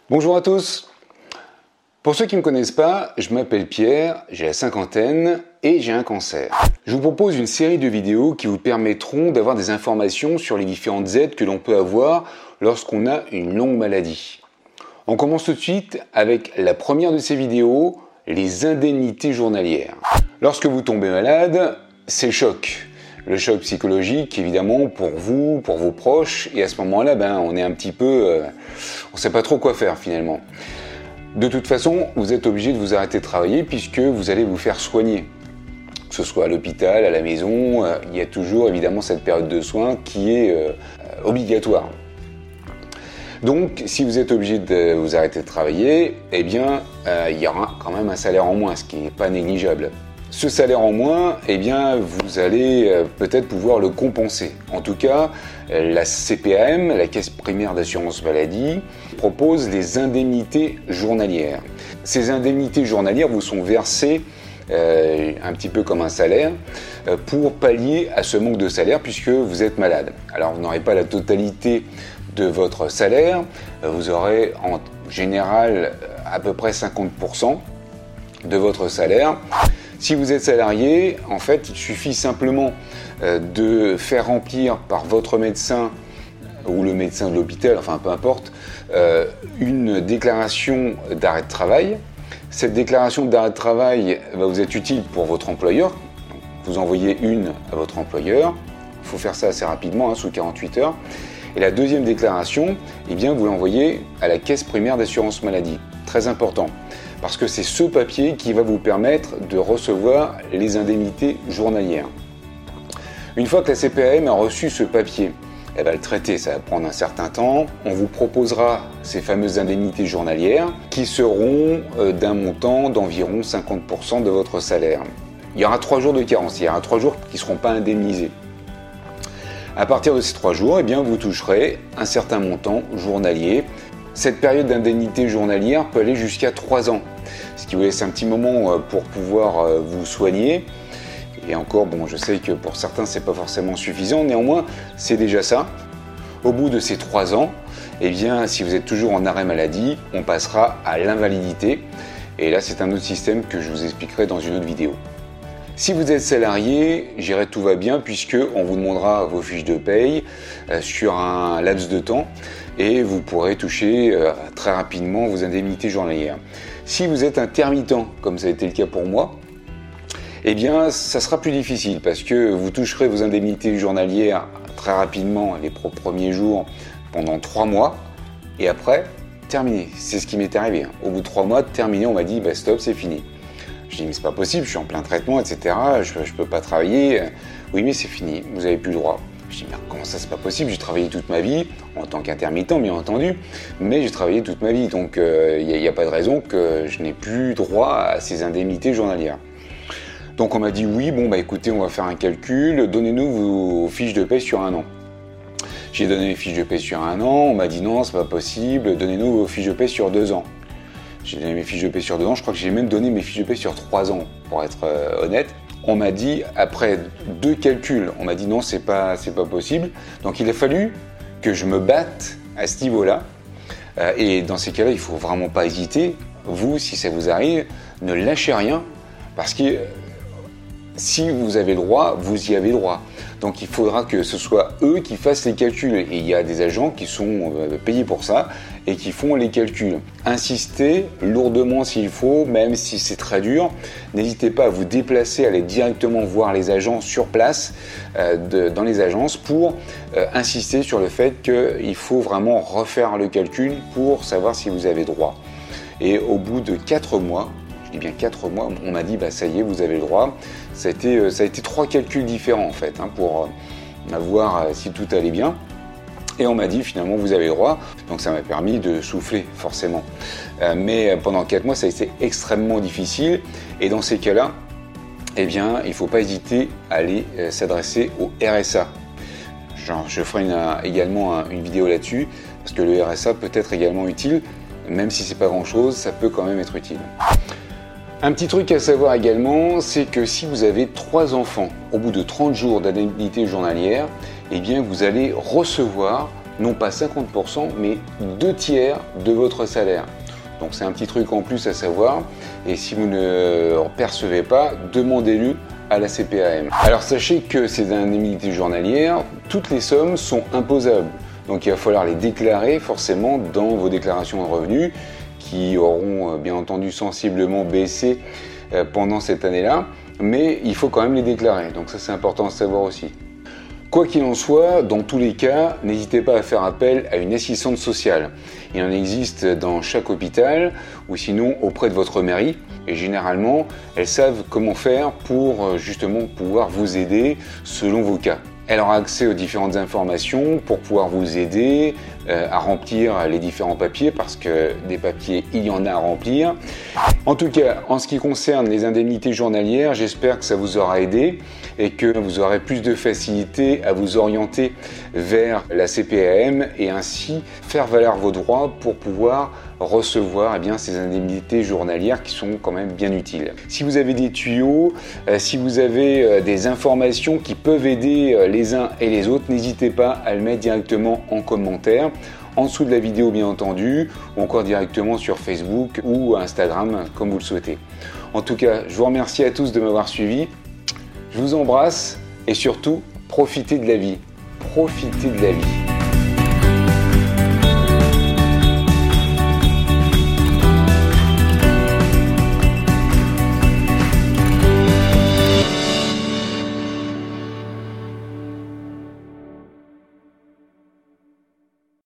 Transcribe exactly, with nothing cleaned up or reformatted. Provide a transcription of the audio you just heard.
Bonjour à tous. Pour ceux qui ne me connaissent pas, je m'appelle Pierre, j'ai la cinquantaine et j'ai un cancer. Je vous propose une série de vidéos qui vous permettront d'avoir des informations sur les différentes aides que l'on peut avoir lorsqu'on a une longue maladie. On commence tout de suite avec la première de ces vidéos, les indemnités journalières. Lorsque vous tombez malade, c'est le choc. Le choc psychologique, évidemment, pour vous, pour vos proches, et à ce moment-là, ben, on est un petit peu... Euh, on ne sait pas trop quoi faire finalement. De toute façon, vous êtes obligé de vous arrêter de travailler puisque vous allez vous faire soigner. Que ce soit à l'hôpital, à la maison, euh, il y a toujours évidemment cette période de soins qui est euh, obligatoire. Donc, si vous êtes obligé de vous arrêter de travailler, eh bien, euh, il y aura quand même un salaire en moins, ce qui n'est pas négligeable. Ce salaire en moins, eh bien, vous allez euh, peut-être pouvoir le compenser. En tout cas, la C P A M, la Caisse primaire d'assurance maladie, propose des indemnités journalières. Ces indemnités journalières vous sont versées euh, un petit peu comme un salaire euh, pour pallier à ce manque de salaire puisque vous êtes malade. Alors, vous n'aurez pas la totalité de votre salaire, vous aurez en général à peu près cinquante pour cent de votre salaire. Si vous êtes salarié, en fait, il suffit simplement euh, de faire remplir par votre médecin ou le médecin de l'hôpital, enfin peu importe, euh, une déclaration d'arrêt de travail. Cette déclaration d'arrêt de travail va vous être utile pour votre employeur. Vous envoyez une à votre employeur. Il faut faire ça assez rapidement, hein, sous quarante-huit heures. Et la deuxième déclaration, eh bien, vous l'envoyez à la Caisse primaire d'assurance maladie. Très important. Parce que c'est ce papier qui va vous permettre de recevoir les indemnités journalières. Une fois que la C P A M a reçu ce papier, elle va le traiter, ça va prendre un certain temps. On vous proposera ces fameuses indemnités journalières qui seront d'un montant d'environ cinquante pour cent de votre salaire. Il y aura trois jours de carence, il y aura trois jours qui ne seront pas indemnisés. À partir de ces trois jours, eh bien, vous toucherez un certain montant journalier. Cette période d'indemnité journalière peut aller jusqu'à trois ans, ce qui vous laisse un petit moment pour pouvoir vous soigner. Et encore, bon, je sais que pour certains, c'est pas forcément suffisant, néanmoins, c'est déjà ça. Au bout de ces trois ans, eh bien, si vous êtes toujours en arrêt maladie, on passera à l'invalidité. Et là, c'est un autre système que je vous expliquerai dans une autre vidéo. Si vous êtes salarié, je dirais tout va bien puisque on vous demandera vos fiches de paye euh, sur un laps de temps et vous pourrez toucher euh, très rapidement vos indemnités journalières. Si vous êtes intermittent, comme ça a été le cas pour moi, eh bien ça sera plus difficile parce que vous toucherez vos indemnités journalières très rapidement les premiers jours pendant trois mois et après, terminé. C'est ce qui m'est arrivé. Au bout de trois mois, terminé, on m'a dit bah, stop, c'est fini. Je dis mais c'est pas possible, je suis en plein traitement, et cetera. Je, je peux pas travailler. Oui mais c'est fini, vous avez plus le droit. Je dis mais comment ça c'est pas possible, j'ai travaillé toute ma vie, en tant qu'intermittent bien entendu, mais j'ai travaillé toute ma vie, donc il euh, n'y a, a pas de raison que je n'ai plus droit à ces indemnités journalières. Donc on m'a dit oui, bon bah écoutez, on va faire un calcul, donnez-nous vos fiches de paie sur un an. J'ai donné mes fiches de paie sur un an, on m'a dit non, c'est pas possible, donnez-nous vos fiches de paie sur deux ans. J'ai donné mes fiches de paie sur deux ans, je crois que j'ai même donné mes fiches de paie sur trois ans, pour être euh, honnête. On m'a dit, après deux calculs, on m'a dit non, c'est pas, c'est pas possible. Donc il a fallu que je me batte à ce niveau-là. Euh, et dans ces cas-là, il ne faut vraiment pas hésiter. Vous, si ça vous arrive, ne lâchez rien, parce que euh, si vous avez le droit, vous y avez le droit. Donc il faudra que ce soit eux qui fassent les calculs. Et il y a des agents qui sont payés pour ça et qui font les calculs. Insistez lourdement s'il faut, même si c'est très dur. N'hésitez pas à vous déplacer, à aller directement voir les agents sur place, euh, de, dans les agences, pour euh, insister sur le fait qu'il faut vraiment refaire le calcul pour savoir si vous avez droit. Et au bout de quatre mois, je dis bien quatre mois, on m'a dit bah ça y est, vous avez le droit. Ça a été, ça a été trois calculs différents en fait, hein, pour euh, voir euh, si tout allait bien. Et on m'a dit finalement vous avez le droit, donc ça m'a permis de souffler forcément. Euh, mais pendant quatre mois ça a été extrêmement difficile et dans ces cas-là, eh bien il ne faut pas hésiter à aller euh, s'adresser au R S A. Genre, je ferai une, euh, également un, une vidéo là-dessus parce que le R S A peut être également utile, même si c'est pas grand-chose, ça peut quand même être utile. Un petit truc à savoir également, c'est que si vous avez trois enfants, au bout de trente jours d'indemnité journalière, eh bien vous allez recevoir non pas cinquante pour cent, mais deux tiers de votre salaire. Donc c'est un petit truc en plus à savoir, et si vous ne percevez pas, demandez-le à la C P A M. Alors sachez que ces indemnités journalières, toutes les sommes sont imposables. Donc il va falloir les déclarer forcément dans vos déclarations de revenus, qui auront bien entendu sensiblement baissé pendant cette année-là, mais il faut quand même les déclarer, donc ça c'est important à savoir aussi. Quoi qu'il en soit, dans tous les cas, n'hésitez pas à faire appel à une assistante sociale. Il en existe dans chaque hôpital ou sinon auprès de votre mairie, et généralement elles savent comment faire pour justement pouvoir vous aider selon vos cas. Elle aura accès aux différentes informations pour pouvoir vous aider euh, à remplir les différents papiers, parce que des papiers, il y en a à remplir. En tout cas, en ce qui concerne les indemnités journalières, j'espère que ça vous aura aidé et que vous aurez plus de facilité à vous orienter vers la C P A M et ainsi faire valoir vos droits pour pouvoir recevoir eh bien, ces indemnités journalières qui sont quand même bien utiles. Si vous avez des tuyaux, euh, si vous avez euh, des informations qui peuvent aider euh, les uns et les autres, n'hésitez pas à le mettre directement en commentaire, en dessous de la vidéo bien entendu, ou encore directement sur Facebook ou Instagram comme vous le souhaitez. En tout cas, je vous remercie à tous de m'avoir suivi, je vous embrasse et surtout, profitez de la vie, profitez de la vie.